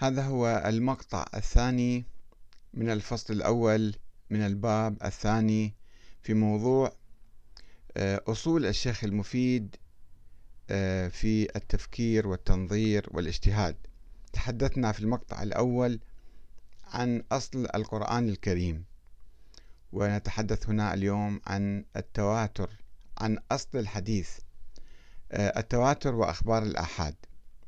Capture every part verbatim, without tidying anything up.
هذا هو المقطع الثاني من الفصل الأول من الباب الثاني في موضوع آه، أصول الشيخ المفيد آه، في التفكير والتنظير والاجتهاد. تحدثنا في المقطع الأول عن أصل القرآن الكريم، ونتحدث هنا اليوم عن التواتر، عن أصل الحديث، آه، التواتر وأخبار الآحاد.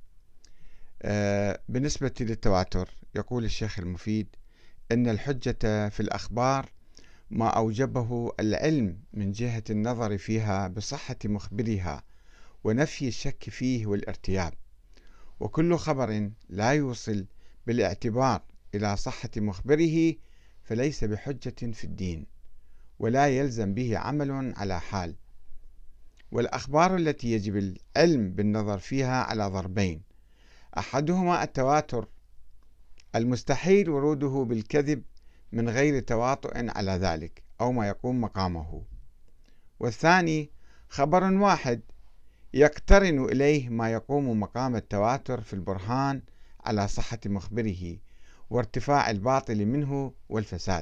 بالنسبة للتواتر يقول الشيخ المفيد إن الحجة في الأخبار ما أوجبه العلم من جهة النظر فيها بصحة مخبرها ونفي الشك فيه والارتياب، وكل خبر لا يوصل بالاعتبار إلى صحة مخبره فليس بحجة في الدين ولا يلزم به عمل على حال. والأخبار التي يجب العلم بالنظر فيها على ضربين: أحدهما التواتر المستحيل وروده بالكذب من غير تواطؤ على ذلك أو ما يقوم مقامه، والثاني خبر واحد يقترن إليه ما يقوم مقام التواتر في البرهان على صحة مخبره وارتفاع الباطل منه والفساد.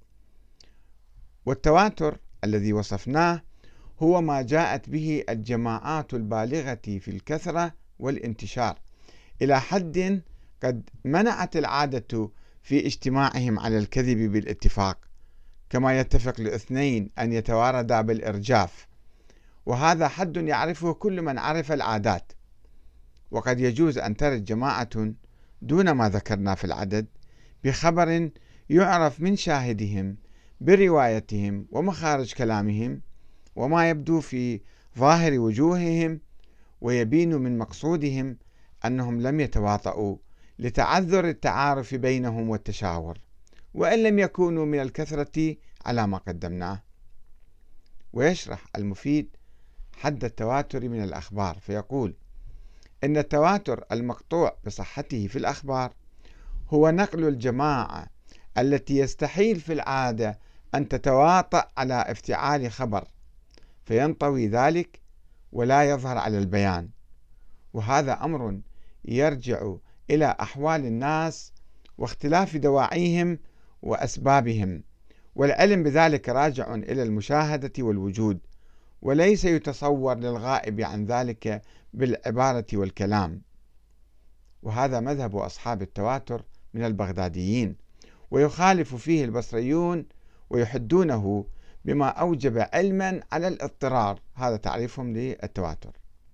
والتواتر الذي وصفناه هو ما جاءت به الجماعات البالغة في الكثرة والانتشار إلى حد قد منعت العادة في اجتماعهم على الكذب بالاتفاق، كما يتفق الاثنين أن يتواردا بالإرجاف، وهذا حد يعرفه كل من عرف العادات. وقد يجوز أن ترد جماعة دون ما ذكرنا في العدد بخبر يعرف من شاهدهم بروايتهم ومخارج كلامهم وما يبدو في ظاهر وجوههم، ويبين من مقصودهم أنهم لم يتواطؤوا لتعذر التعارف بينهم والتشاور، وإن لم يكونوا من الكثرة على ما قدمناه. ويشرح المفيد حد التواتر من الأخبار فيقول إن التواتر المقطوع بصحته في الأخبار هو نقل الجماعة التي يستحيل في العادة أن تتواطأ على افتعال خبر فينطوي ذلك ولا يظهر على البيان، وهذا أمر يرجع إلى أحوال الناس واختلاف دواعيهم وأسبابهم، والعلم بذلك راجع إلى المشاهدة والوجود، وليس يتصور للغائب عن ذلك بالعبارة والكلام. وهذا مذهب أصحاب التواتر من البغداديين، ويخالف فيه البصريون ويحدونه بما أوجب علما على الاضطرار. هذا تعريفهم للتواتر: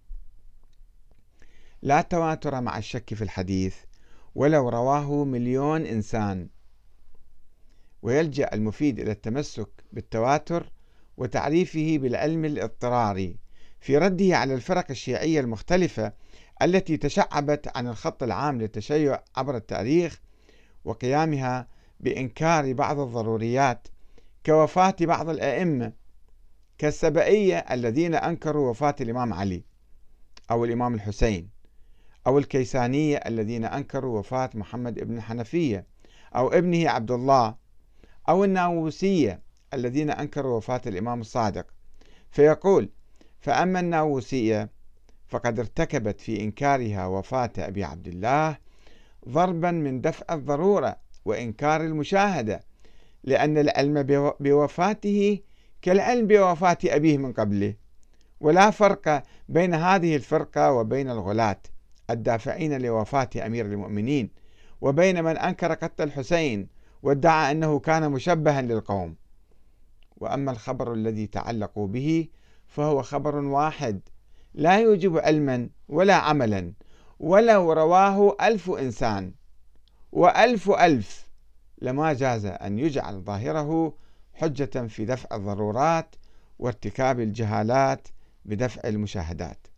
لا تواتر مع الشك في الحديث ولو رواه مليون إنسان. ويلجأ المفيد إلى التمسك بالتواتر وتعريفه بالعلم الاضطراري في رده على الفرق الشيعية المختلفة التي تشعبت عن الخط العام للتشيع عبر التاريخ، وقيامها بإنكار بعض الضروريات كوفاة بعض الأئمة كالسبئية الذين أنكروا وفاة الإمام علي أو الإمام الحسين، أو الكيسانية الذين أنكروا وفاة محمد بن الحنفية أو ابنه عبد الله، أو الناووسية الذين أنكروا وفاة الإمام الصادق. فيقول: فأما الناووسية فقد ارتكبت في إنكارها وفاة أبي عبد الله ضربا من دفع الضرورة وإنكار المشاهدة، لأن العلم بوفاته كالعلم بوفاة أبيه من قبله، ولا فرق بين هذه الفرقة وبين الغلاة الدافعين لوفاة أمير المؤمنين وبين من أنكر قتل الحسين وادعى أنه كان مشبها للقوم. وأما الخبر الذي تعلقوا به فهو خبر واحد لا يوجب علما ولا عملا، ولو رواه ألف إنسان وألف ألف لما جاز أن يجعل ظاهره حجة في دفع الضرورات وارتكاب الجهالات بدفع المشاهدات.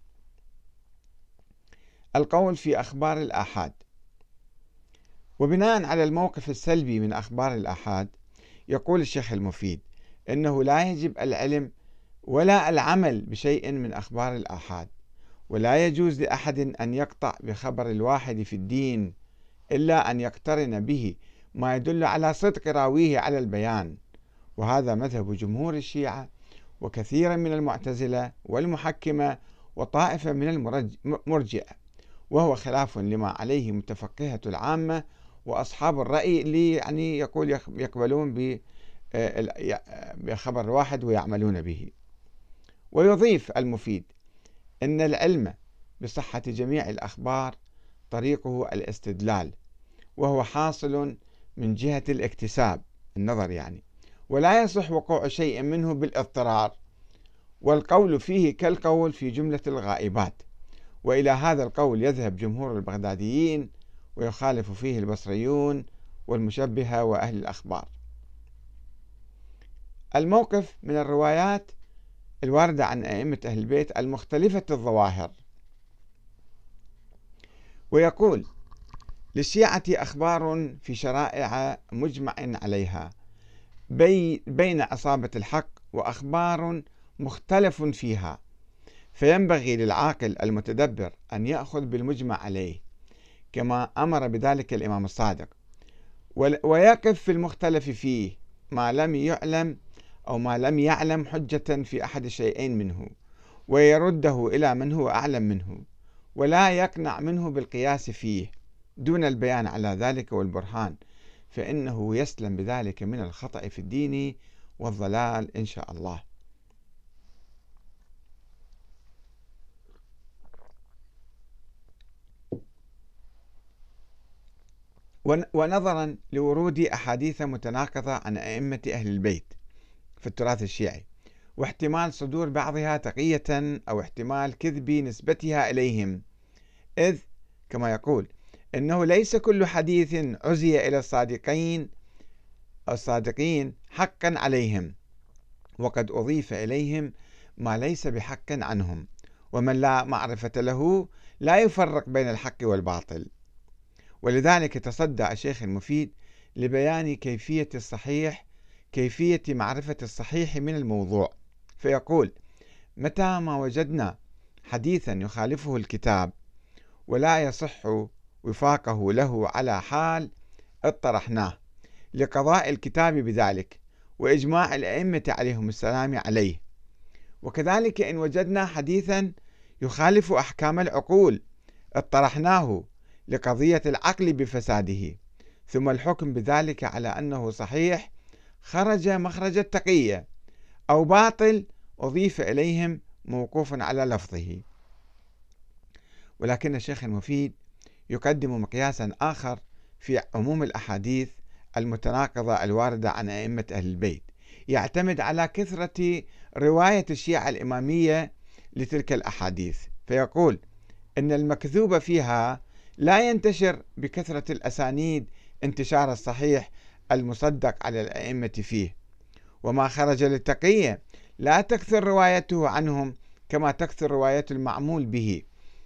القول في أخبار الآحاد. وبناء على الموقف السلبي من أخبار الآحاد يقول الشيخ المفيد إنه لا يجب العلم ولا العمل بشيء من أخبار الآحاد، ولا يجوز لأحد أن يقطع بخبر الواحد في الدين إلا أن يقترن به ما يدل على صدق راويه على البيان. وهذا مذهب جمهور الشيعة وكثيرا من المعتزلة والمحكمة وطائفة من المرجئة، وهو خلاف لما عليه متفقهة العامة وأصحاب الرأي اللي يعني يقول يقبلون بخبر الواحد ويعملون به. ويضيف المفيد أن العلم بصحة جميع الأخبار طريقه الاستدلال، وهو حاصل من جهة الاكتساب النظر يعني، ولا يصح وقوع شيء منه بالاضطرار، والقول فيه كالقول في جملة الغائبات. وإلى هذا القول يذهب جمهور البغداديين، ويخالف فيه البصريون والمشبهة وأهل الأخبار. الموقف من الروايات الواردة عن أئمة أهل البيت المختلفة الظواهر. ويقول: للشيعة أخبار في شرائع مجمع عليها بي بين عصابة الحق وأخبار مختلف فيها، فينبغي للعاقل المتدبر أن يأخذ بالمجمع عليه كما أمر بذلك الإمام الصادق، ويقف في المختلف فيه ما لم يعلم أو ما لم يعلم حجة في أحد الشيئين منه، ويرده إلى من هو أعلم منه، ولا يقنع منه بالقياس فيه دون البيان على ذلك والبرهان، فإنه يسلم بذلك من الخطأ في الدين والضلال إن شاء الله. ونظرا لورود أحاديث متناقضة عن أئمة أهل البيت في التراث الشيعي، واحتمال صدور بعضها تقية أو احتمال كذب نسبتها إليهم، إذ كما يقول إنه ليس كل حديث عزي إلى الصادقين أو الصادقين حقا عليهم، وقد أضيف إليهم ما ليس بحق عنهم، ومن لا معرفة له لا يفرق بين الحق والباطل. ولذلك تصدى الشيخ المفيد لبيان كيفية الصحيح كيفية معرفة الصحيح من الموضوع، فيقول: متى ما وجدنا حديثا يخالفه الكتاب ولا يصح وفاقه له على حال اطرحناه لقضاء الكتاب بذلك وإجماع الأئمة عليهم السلام عليه، وكذلك إن وجدنا حديثا يخالف أحكام العقول اطرحناه لقضية العقل بفساده، ثم الحكم بذلك على أنه صحيح خرج مخرج التقية أو باطل أضيف إليهم موقوف على لفظه. ولكن الشيخ المفيد يقدم مقياسا آخر في عموم الأحاديث المتناقضة الواردة عن أئمة أهل البيت، يعتمد على كثرة رواية الشيعة الإمامية لتلك الأحاديث، فيقول إن المكذوب فيها لا ينتشر بكثرة الأسانيد انتشار الصحيح المصدق على الأئمة فيه، وما خرج للتقية لا تكثر روايته عنهم كما تكثر رواية المعمول به،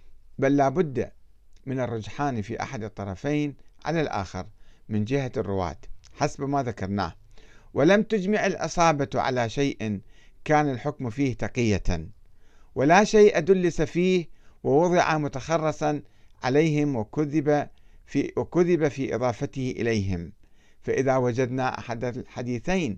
بل لا بد من الرجحان في أحد الطرفين على الآخر من جهة الرواة حسب ما ذكرناه. ولم تجمع الأصابة على شيء كان الحكم فيه تقية، ولا شيء دلس فيه ووضع متخرصا عليهم وكذب في, وكذب في إضافته إليهم. فإذا وجدنا أحد الحديثين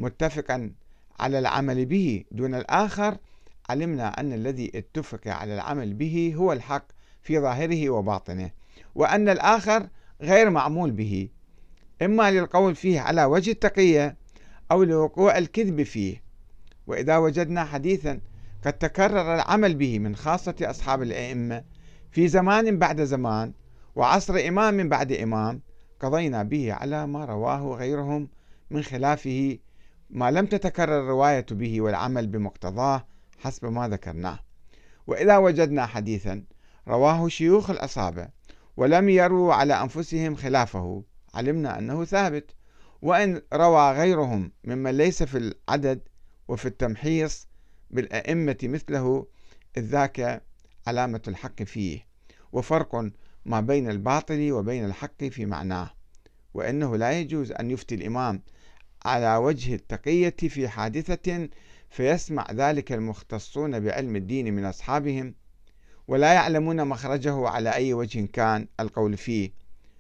متفقا على العمل به دون الآخر، علمنا أن الذي اتفق على العمل به هو الحق في ظاهره وباطنه، وأن الآخر غير معمول به، إما للقول فيه على وجه التقية أو لوقوع الكذب فيه. وإذا وجدنا حديثا قد تكرر العمل به من خاصة أصحاب الأئمة في زمان بعد زمان وعصر إمام بعد إمام، قضينا به على ما رواه غيرهم من خلافه ما لم تتكرر الرواية به والعمل بمقتضاه حسب ما ذكرناه. وإذا وجدنا حديثا رواه شيوخ العصابة ولم يروا على أنفسهم خلافه، علمنا أنه ثابت، وإن روى غيرهم ممن ليس في العدد وفي التمحيص بالأئمة مثله، إذ ذاك علامة الحق فيه، وفرق ما بين الباطل وبين الحق في معناه، وإنه لا يجوز أن يفتي الإمام على وجه التقية في حادثة فيسمع ذلك المختصون بعلم الدين من أصحابهم ولا يعلمون مخرجه على أي وجه كان القول فيه،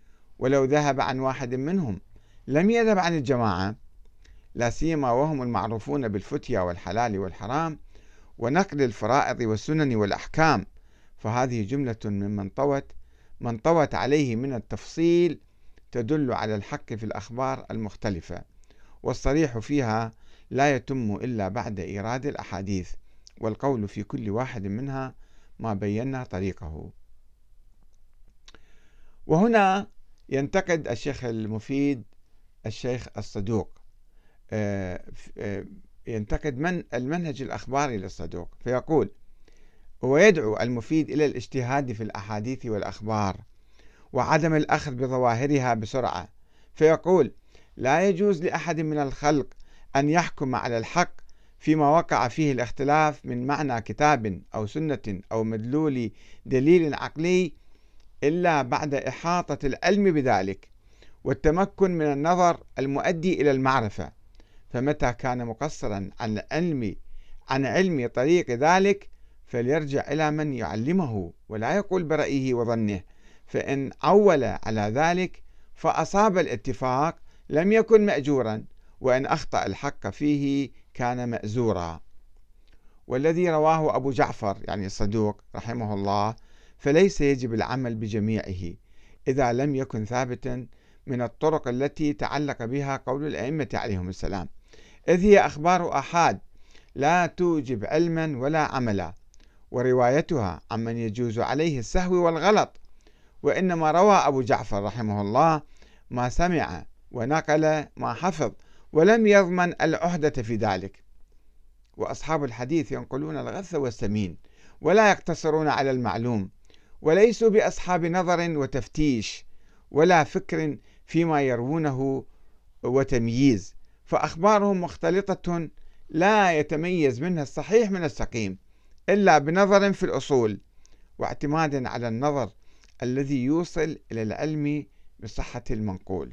ولو ذهب عن واحد منهم لم يذهب عن الجماعة، لا سيما وهم المعروفون بالفتيا والحلال والحرام ونقل الفرائض والسنن والأحكام، فهذه جملة ممن طوت ما انطوت عليه من التفصيل تدل على الحق في الأخبار المختلفة، والصريح فيها لا يتم إلا بعد إيراد الأحاديث، والقول في كل واحد منها ما بينا طريقه. وهنا ينتقد الشيخ المفيد الشيخ الصدوق، ينتقد من المنهج الأخباري للصدوق، فيقول: ويدعو المفيد إلى الاجتهاد في الأحاديث والأخبار وعدم الأخذ بظواهرها بسرعة، فيقول: لا يجوز لأحد من الخلق أن يحكم على الحق فيما وقع فيه الاختلاف من معنى كتاب أو سنة أو مدلول دليل عقلي إلا بعد إحاطة العلم بذلك والتمكن من النظر المؤدي إلى المعرفة، فمتى كان مقصرا عن علم عن علم طريق ذلك فليرجع إلى من يعلمه ولا يقول برأيه وظنه، فإن عول على ذلك فأصاب الاتفاق لم يكن مأجورا، وإن أخطأ الحق فيه كان مأزورا. والذي رواه أبو جعفر يعني الصدوق رحمه الله فليس يجب العمل بجميعه إذا لم يكن ثابتا من الطرق التي تعلق بها قول الأئمة عليهم السلام، إذ هي أخبار آحاد لا توجب علما ولا عملا، وروايتها عمن يجوز عليه السهو والغلط، وإنما روى أبو جعفر رحمه الله ما سمع ونقل ما حفظ ولم يضمن العهدة في ذلك. وأصحاب الحديث ينقلون الغث والسمين ولا يقتصرون على المعلوم، وليسوا بأصحاب نظر وتفتيش ولا فكر فيما يروونه وتمييز، فأخبارهم مختلطة لا يتميز منها الصحيح من السقيم إلا بنظر في الأصول واعتماد على النظر الذي يوصل إلى العلم بصحة المنقول.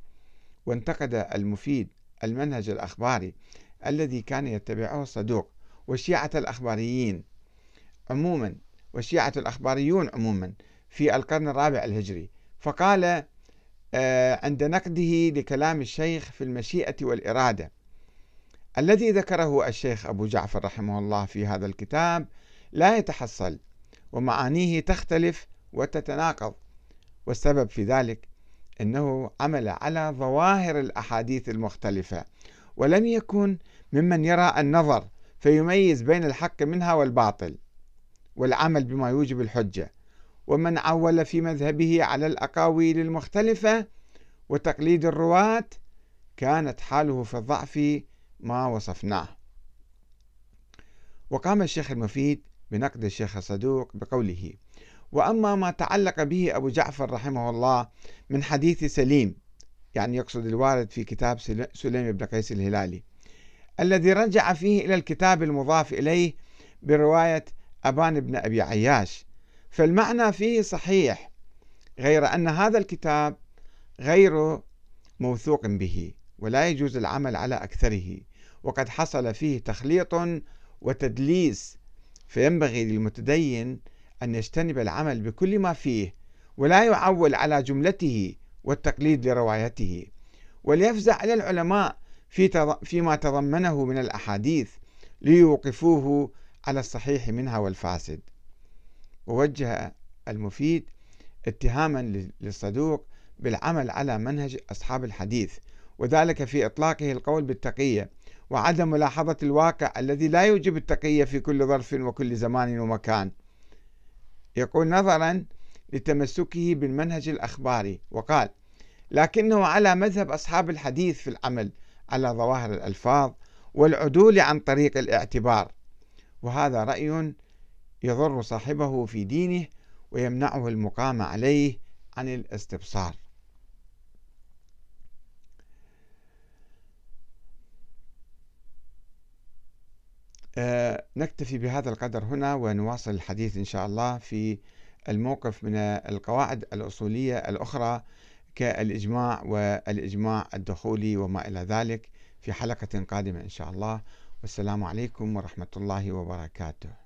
وانتقد المفيد المنهج الأخباري الذي كان يتبعه الصدوق والشيعة الأخباريين عموما والشيعة الأخباريون عموما في القرن الرابع الهجري، فقال عند نقده لكلام الشيخ في المشيئة والإرادة الذي ذكره الشيخ أبو جعفر رحمه الله في هذا الكتاب لا يتحصل، ومعانيه تختلف وتتناقض، والسبب في ذلك أنه عمل على ظواهر الأحاديث المختلفة ولم يكن ممن يرى النظر فيميز بين الحق منها والباطل والعمل بما يوجب الحجة، ومن عول في مذهبه على الأقاويل المختلفة وتقليد الرواة كانت حاله في الضعف ما وصفناه. وقام الشيخ المفيد بنقد الشيخ الصدوق بقوله: وأما ما تعلق به أبو جعفر رحمه الله من حديث سليم، يعني يقصد الوارد في كتاب سليم بن قيس الهلالي الذي رجع فيه إلى الكتاب المضاف إليه برواية أبان بن أبي عياش، فالمعنى فيه صحيح، غير أن هذا الكتاب غير موثوق به ولا يجوز العمل على أكثره، وقد حصل فيه تخليط وتدليس، فينبغي للمتدين أن يجتنب العمل بكل ما فيه ولا يعول على جملته والتقليد لروايته، وليفزع إلى العلماء في فيما تضمنه من الأحاديث ليوقفوه على الصحيح منها والفاسد. ووجه المفيد اتهاما للصدوق بالعمل على منهج أصحاب الحديث، وذلك في إطلاقه القول بالتقية وعدم ملاحظة الواقع الذي لا يوجب التقية في كل ظرف وكل زمان ومكان. يقول: نظرا لتمسكه بالمنهج الأخباري، وقال: لكنه على مذهب أصحاب الحديث في العمل على ظواهر الألفاظ والعدول عن طريق الاعتبار، وهذا رأي يضر صاحبه في دينه ويمنعه المقام عليه عن الاستبصار. أه نكتفي بهذا القدر هنا، ونواصل الحديث إن شاء الله في الموقف من القواعد الأصولية الأخرى كالإجماع والإجماع الدخولي وما إلى ذلك في حلقة قادمة إن شاء الله. والسلام عليكم ورحمة الله وبركاته.